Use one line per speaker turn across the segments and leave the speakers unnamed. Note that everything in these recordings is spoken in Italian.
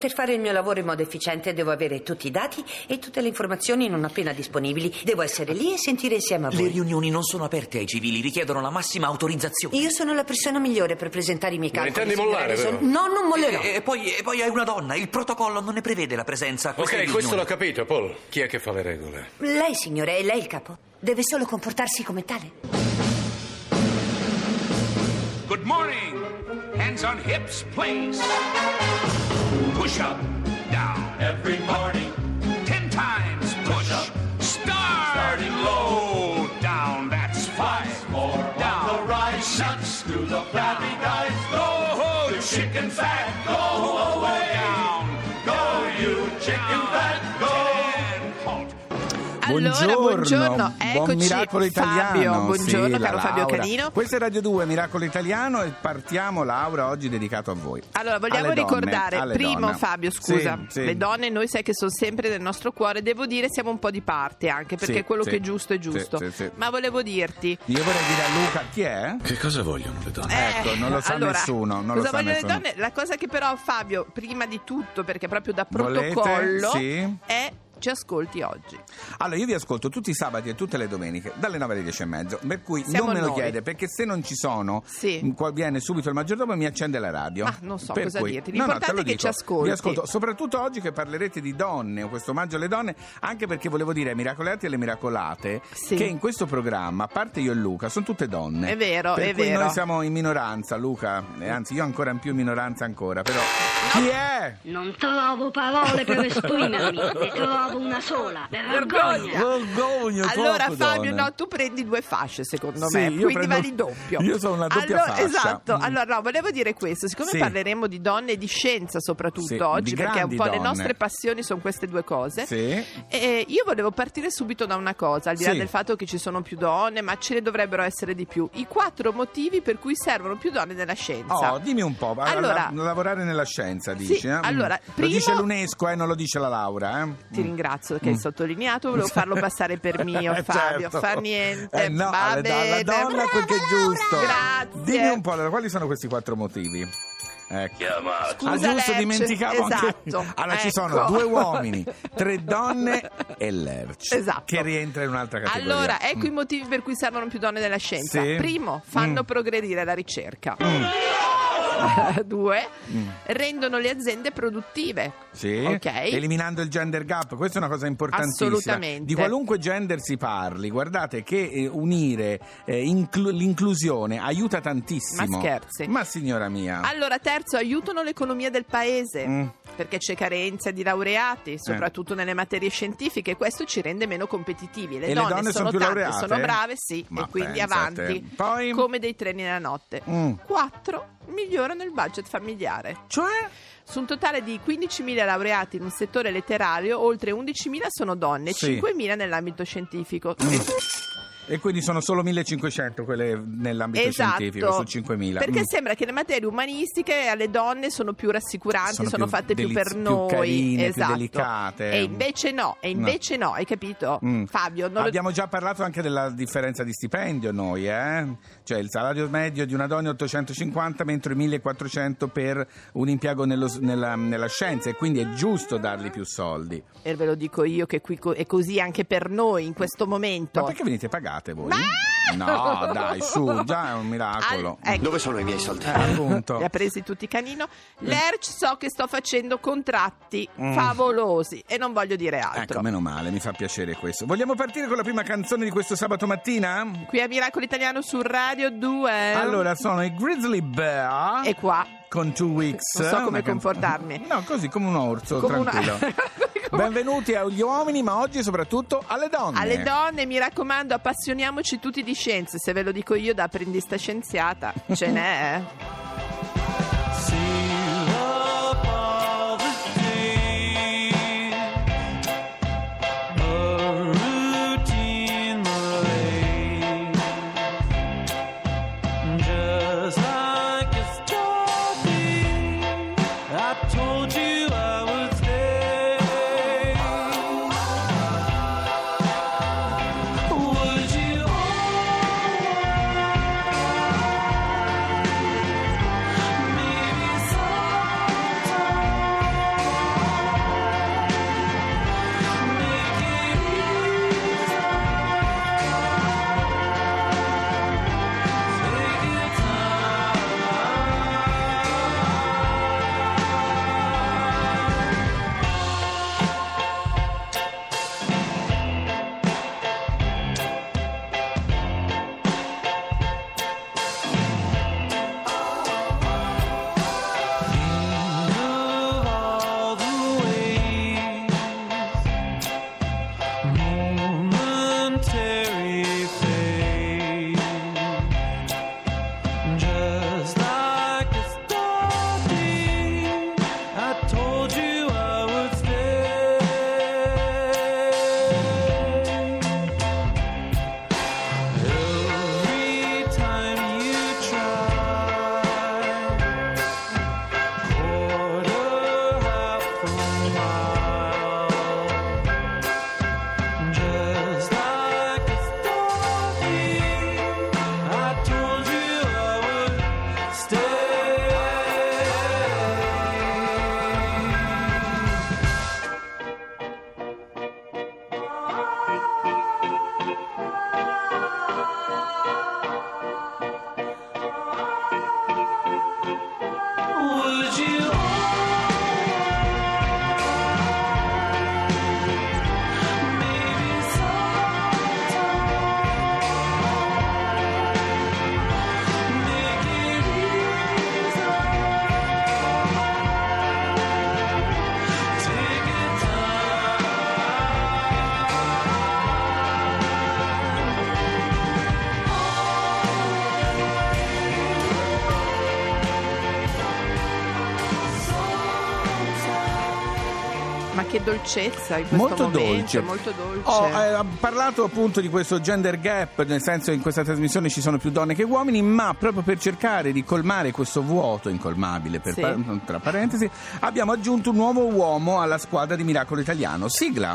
Per fare il mio lavoro in modo efficiente devo avere tutti i dati e tutte le informazioni non appena disponibili. Devo essere lì e sentire insieme a voi.
Le riunioni non sono aperte ai civili, richiedono la massima autorizzazione.
Io sono la persona migliore per presentare i miei calcoli.
Non intendi mollare, vero?
No, non mollerò.
E poi è una donna, il protocollo non ne prevede la presenza a queste riunioni.
Questo l'ho capito, Paul. Chi è che fa le regole?
Lei, signore, è lei il capo. Deve solo comportarsi come tale.
Good morning. Hands on hips, please. Push up, down. Every morning. 10 times push up. Starting low, down. That's 5 more. Down. On the rise, 6 through the flabby guys. Go, the chicken fat. Go away. Down. Go, you chicken fat. Go. Halt.
Allora, buongiorno, eccoci.
Buon Miracolo Italiano.
Fabio, buongiorno,
sì,
caro Fabio
Laura.
Canino.
Questo è Radio 2, Miracolo Italiano, e partiamo, Laura, oggi dedicato a voi.
Allora, vogliamo
Alle donne,
ricordare,
alle
primo
donne.
Fabio, scusa,
Sì.
le donne noi sai che sono sempre nel nostro cuore, devo dire siamo un po' di parte anche, perché
Sì,
quello
sì.
che è giusto è giusto.
Sì.
Ma volevo dirti...
Io vorrei dire a Luca, chi è?
Che cosa vogliono le donne?
Ecco, non lo sa
allora,
nessuno. Non
cosa
lo sa
vogliono
nessuno.
le donne? La cosa che però, Fabio, prima di tutto, perché proprio da
Volete?
protocollo,
Sì.
è... Ci ascolti oggi.
Allora, io vi ascolto tutti i sabati e tutte le domeniche dalle 9 alle 10 e mezzo, per cui
Siamo
non me lo
noi.
chiede, perché se non ci sono,
Sì.
qua viene subito il maggiordomo e mi accende la radio.
Ma non so
Per
cosa
cui-
dirti.
No,
L'importante
te lo
è che
dico.
ci ascolti.
Vi ascolto, soprattutto oggi che parlerete di donne, questo omaggio alle donne, anche perché volevo dire ai miracolati e alle miracolate
Sì.
che in questo programma, a parte io e Luca, sono tutte donne.
È vero,
per
è
cui
vero.
noi siamo in minoranza, Luca, e anzi io ancora in più minoranza ancora, però chi è?
Non trovo parole per esprimermi, ne trovo una sola. Vergogna!
Vergogno,
Allora
troppo
Fabio,
donne.
no, tu prendi 2 fasce secondo
Sì,
me,
io
quindi
prendo-
vali doppio.
io sono una doppia
allora,
fascia.
Esatto,
Mm.
allora no, volevo dire questo, siccome
Sì.
parleremo di donne e di scienza soprattutto
Sì,
oggi,
di
perché un
grandi
po' le
donne.
nostre passioni sono queste due cose,
Sì.
e io volevo partire subito da una cosa, al di là
Sì.
del fatto che ci sono più donne, ma ce ne dovrebbero essere di più. I 4 motivi per cui servono più donne nella scienza.
Oh, dimmi un po',
Allora-
lavorare nella scienza, dici?
Sì,
eh?
allora,
Lo
primo-
dice l'UNESCO, non lo dice la Laura, eh?
Ti ringrazio che hai sottolineato, volevo farlo passare per mio, Fabio,
Certo.
fa niente,
No,
va
alla
bene.
donna quel che è giusto.
Grazie.
Dimmi un po', allora, quali sono questi 4 motivi? Ecco.
Scusa,
giusto,
Lerch,
dimenticavo
esatto.
anche. Allora ci sono
Ecco.
2 uomini, 3 donne e Lerch,
Esatto.
che rientra in un'altra categoria.
Allora, ecco i motivi per cui servono più donne nella scienza.
Sì.
Primo, fanno progredire la ricerca. 2, rendono le aziende produttive.
Sì,
Ok.
eliminando il gender gap, questa è una cosa importantissima.
Assolutamente.
Di qualunque gender si parli, guardate che unire l'inclusione aiuta tantissimo.
Ma scherzi.
Ma signora mia.
Allora, terzo, aiutano l'economia del paese.
Mm.
Perché c'è carenza di laureati, soprattutto nelle materie scientifiche, e questo ci rende meno competitivi. Le
E le
donne
donne
sono
più
tante,
laureate?
sono brave, sì,
Ma
e quindi
pensa a te.
avanti.
Poi?
Come dei treni nella notte. 4, migliorano il budget familiare.
Cioè?
Su un totale di 15.000 laureati in un settore letterario, oltre 11.000 sono donne e
Sì.
5.000 nell'ambito scientifico.
E quindi sono solo 1.500 quelle nell'ambito scientifico su 5.000.
Perché sembra che le materie umanistiche alle donne sono più rassicuranti, sono
più
fatte più per
più
noi,
carine,
esatto.
più delicate.
E invece no, hai capito? Fabio, non lo-
Abbiamo già parlato anche della differenza di stipendio noi, eh? Cioè il salario medio di una donna è 850, mentre 1.400 per un impiego nella scienza, e quindi è giusto dargli più soldi.
E ve lo dico io che qui è così anche per noi in questo momento.
Ma perché venite pagate voi? No, dai, su, già è un miracolo.
Ecco.
Dove sono i miei soldi?
Appunto.
Li ha presi tutti Canino. Lerch, so che sto facendo contratti favolosi e non voglio dire altro.
Ecco, meno male, mi fa piacere questo. Vogliamo partire con la prima canzone di questo sabato mattina?
Qui a Miracolo Italiano su Radio 2.
Allora, sono i Grizzly Bear
E qua
con 2 Weeks.
non so come
Una canzone-
comportarmi.
No, così come un orso,
Come una-
tranquillo. Benvenuti agli uomini, ma oggi soprattutto alle donne.
Alle donne, mi raccomando, appassioniamoci tutti di scienze. Se ve lo dico io da apprendista scienziata, ce n'è. Ma che dolcezza in questo
Molto
momento,
dolce.
molto dolce.
Ha parlato appunto di questo gender gap, nel senso che in questa trasmissione ci sono più donne che uomini, ma proprio per cercare di colmare questo vuoto incolmabile, tra parentesi, abbiamo aggiunto un nuovo uomo alla squadra di Miracolo Italiano. Sigla.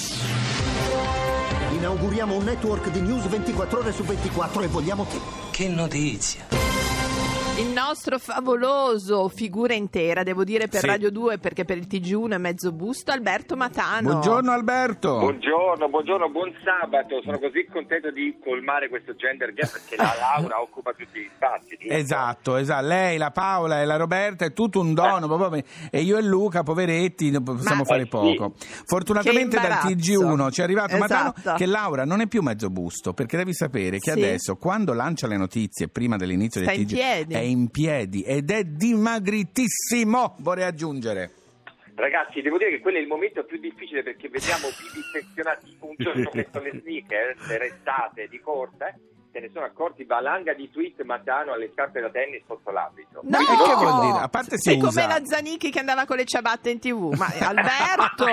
Inauguriamo un network di news 24 ore su 24 e vogliamo te.
Che notizia!
Il nostro favoloso figura intera, devo dire per
Sì.
Radio 2, perché per il TG1 è mezzo busto, Alberto Matano.
Buongiorno Alberto.
Buongiorno, buon sabato. Sono così contento di colmare questo gender gap perché la Laura occupa tutti gli spazi. Giusto?
Esatto. Lei, la Paola e la Roberta è tutto un dono, proprio, e io e Luca, poveretti, non possiamo fare poco. Fortunatamente
Che
dal
imbarazzo.
TG1 ci è arrivato Matano
Esatto.
che Laura non è più mezzo busto, perché devi sapere che
Sì.
adesso quando lancia le notizie prima dell'inizio
Sta
del
in
TG
piedi.
è in piedi ed è dimagritissimo, vorrei aggiungere.
Ragazzi, devo dire che quello è il momento più difficile perché vediamo vivi stezionati un giorno con le sneakers, restate di corsa, se ne sono accorti, valanga di tweet Matano alle scarpe da tennis sotto l'abito.
No!
E che vuol dire? A parte si
Sei
usa.
come la Zanicchi che andava con le ciabatte in TV. Ma Alberto!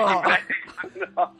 No.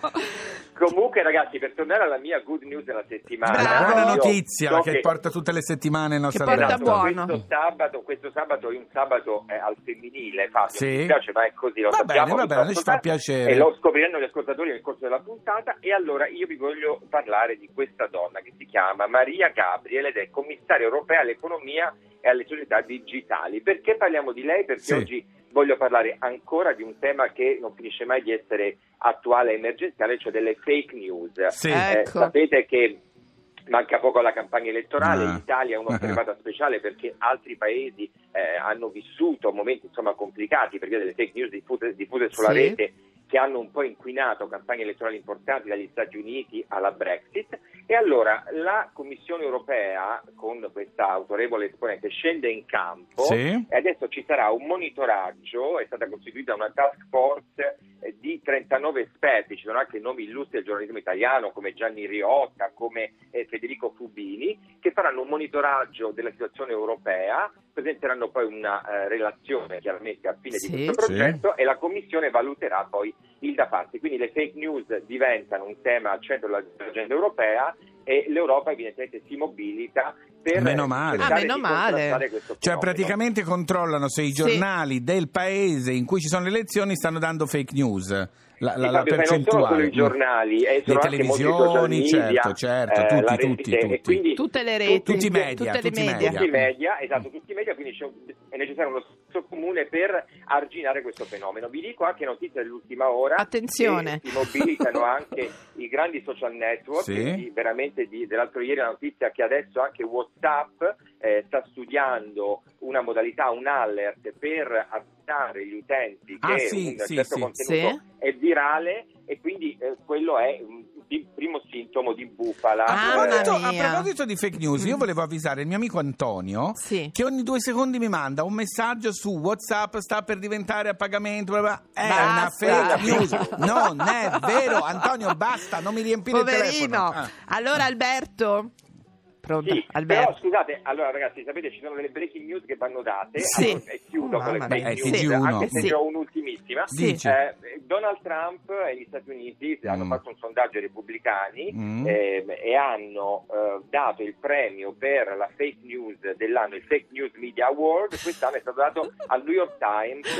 Comunque ragazzi, per tornare alla mia good news della settimana,
La
Bravo.
buona
io
notizia
so
che porta tutte le settimane il nostro
Che porta
Alberto.
buono.
Questo sabato è un sabato al femminile, Fabio,
Sì.
mi piace, ma è così, lo
Va
sappiamo,
bene,
lo
ci fa piacere.
e lo scopriranno gli ascoltatori nel corso della puntata. E allora io vi voglio parlare di questa donna che si chiama Maria Gabriel ed è commissaria europea all'economia e alle società digitali. Perché parliamo di lei? Perché
Sì.
oggi voglio parlare ancora di un tema che non finisce mai di essere attuale e emergenziale, cioè delle fake news.
Sì.
Ecco.
Sapete che manca poco alla campagna elettorale,
Ah.
l'Italia è un'osservata speciale perché altri paesi hanno vissuto momenti complicati per via delle fake news diffuse sulla
Sì.
rete, che hanno un po' inquinato campagne elettorali importanti dagli Stati Uniti alla Brexit. E allora la Commissione europea, con questa autorevole esponente, scende in campo
Sì.
e adesso ci sarà un monitoraggio. È stata costituita una task force di 39 esperti, ci sono anche nomi illustri del giornalismo italiano come Gianni Riotta, come Federico Fubini, che faranno un monitoraggio della situazione europea, presenteranno poi una relazione chiaramente a fine
Sì.
di questo progetto e la Commissione valuterà poi il da farsi. Quindi le fake news diventano un tema al centro dell'agenda europea e l'Europa evidentemente si mobilita per
Meno male.
cercare
Meno
di
male.
contrastare questo
Cioè
fenomeno.
praticamente controllano se i giornali del paese in cui ci sono le elezioni stanno dando fake news. La
Sì, Fabio, ma non sono
percentuale.
solo i giornali,
le
sono anche molti social
televisioni,
media,
certo,
la
tutti.
rete, e quindi
Tutte le reti,
Tutti i media,
tutte le
tutti i
media.
tutti i media, esatto, tutti i media, quindi è necessario uno sforzo comune per arginare questo fenomeno. Vi dico anche notizie dell'ultima ora.
Attenzione.
Che si mobilitano anche i grandi social network.
Sì.
Dell'altro ieri la notizia che adesso anche WhatsApp sta studiando una modalità, un alert per avvisare gli utenti che un certo contenuto è virale, e quindi quello è il primo sintomo di bufala.
Mamma
A
mia.
proposito di fake news, io volevo avvisare il mio amico Antonio
Sì.
che ogni 2 secondi mi manda un messaggio su WhatsApp, sta per diventare a pagamento, bla bla. È una
Basta.
fake news, non è vero. Antonio, basta, non mi riempire il
Poverino.
telefono.
Allora Alberto. Pronto?
Sì,
Alberto.
però scusate, allora ragazzi, sapete ci sono delle breaking news che vanno date.
Sì.
Allora, e chiudo con le
Mamma
breaking
mia.
news,
TG1.
anche se
Sì.
ne ho un'ultimissima.
Sì.
Dice.
Donald Trump e gli Stati Uniti hanno fatto un sondaggio ai repubblicani e hanno dato il premio per la fake news dell'anno, il Fake News Media Award. Quest'anno è stato dato al New York Times,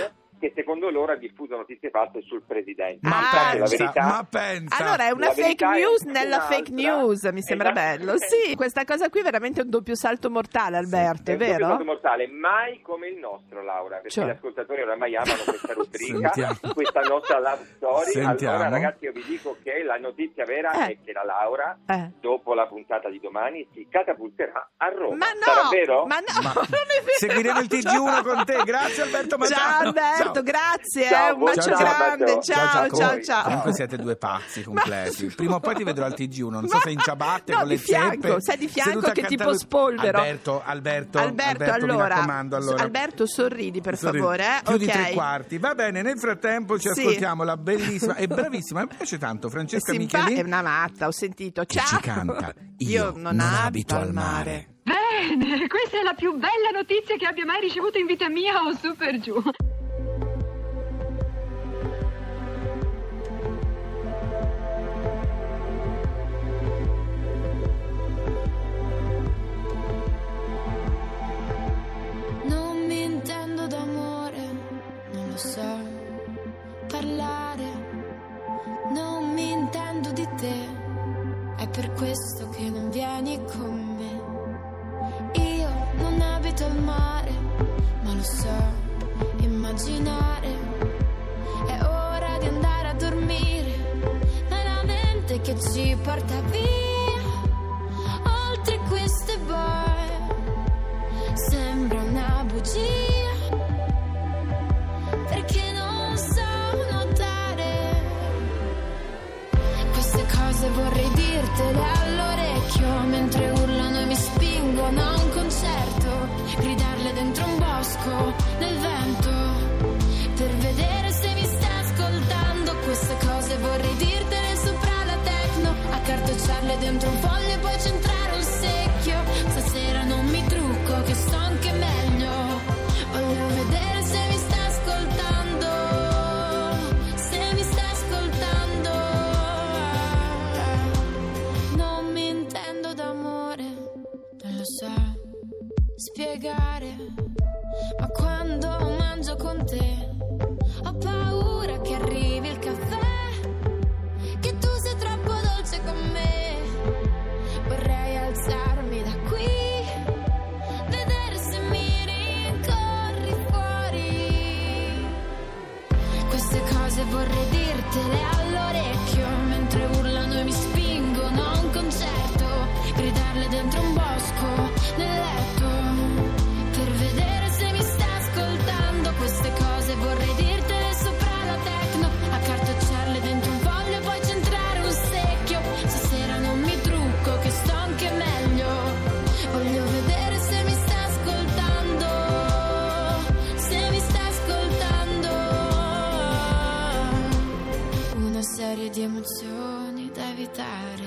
che secondo loro ha diffuso notizie false sul presidente.
Ma
Infatti,
pensa.
Allora è una
la
fake
verità è
news nella
un'altra.
fake news, mi sembra bello. Sì, questa cosa qui è veramente un doppio salto mortale, Alberto, è
un doppio
vero?
salto mortale, mai come il nostro, Laura, perché
Cioè.
gli ascoltatori oramai amano questa rubrica,
Sentiamo.
questa nostra love story.
Sentiamo.
Allora ragazzi, io vi dico che la notizia vera è che la Laura dopo la puntata di domani si catapulterà a Roma.
Ma no,
sarà vero?
ma no, non è vero.
Seguiremo il TG1 con te. Grazie Alberto Maggiano.
Ciao Alberto,
Ciao.
grazie,
Ciao,
un bacio
ciao,
grande,
Alberto.
ciao.
Comunque siete due pazzi completi. Prima o poi ti vedrò al TG1, non so se in ciabatte
no,
con le
di fianco,
zeppe.
sai di fianco
seduta
che
accanto
tipo
a-
spolvero.
Alberto,
allora,
mi raccomando, allora.
Alberto, sorridi per favore.
Chiudi
Ok.
3/4. Va bene, nel frattempo ci
Sì.
ascoltiamo la bellissima e bravissima, mi piace tanto, Francesca Michelin.
È una matta, ho sentito.
Che
Ciao.
ci canta. Io
non abito al mare.
Bene, questa è la più bella notizia che abbia mai ricevuto in vita mia o su per giù.
Non mi intendo d'amore, non lo so parlare, non mi intendo di te, è per questo che non vieni con me. Io non abito al mare, ma lo so immaginare, è ora di andare a dormire, nella mente che ci porta via, oltre queste boe, sembra una bugia, perché non so nuotare, queste cose vorrei dirtele all'orecchio, mentre urlano e mi spingono a un concerto, gridarle dentro un bosco, nel vento, per vedere se mi stai ascoltando, queste cose vorrei dirtele sopra la techno, accartocciarle dentro un foglio e poi centrare un secchio, stasera non mi trucco che sto anche meglio, voglio vedere se mi stai ascoltando, se mi stai ascoltando. Non mi intendo d'amore, non lo so spiegare, ma quando mangio con te ho paura che arrivi il caffè, che tu sei troppo dolce con me, vorrei alzarmi da qui, vedere se mi rincorri fuori, queste cose vorrei dirtele all'orecchio, mentre urlano e mi spingono a un concerto, gridarle dentro un bosco, nel letto, per vedere se mi stai ascoltando, queste cose vorrei dirtele sopra la techno, accartocciarle dentro un foglio e poi centrare un secchio, stasera non mi trucco che sto anche meglio, voglio vedere se mi stai ascoltando, se mi stai ascoltando, una serie di emozioni da evitare,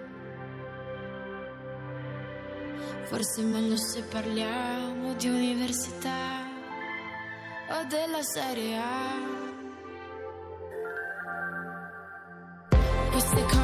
forse è meglio se parliamo di università o della Serie A. Queste cose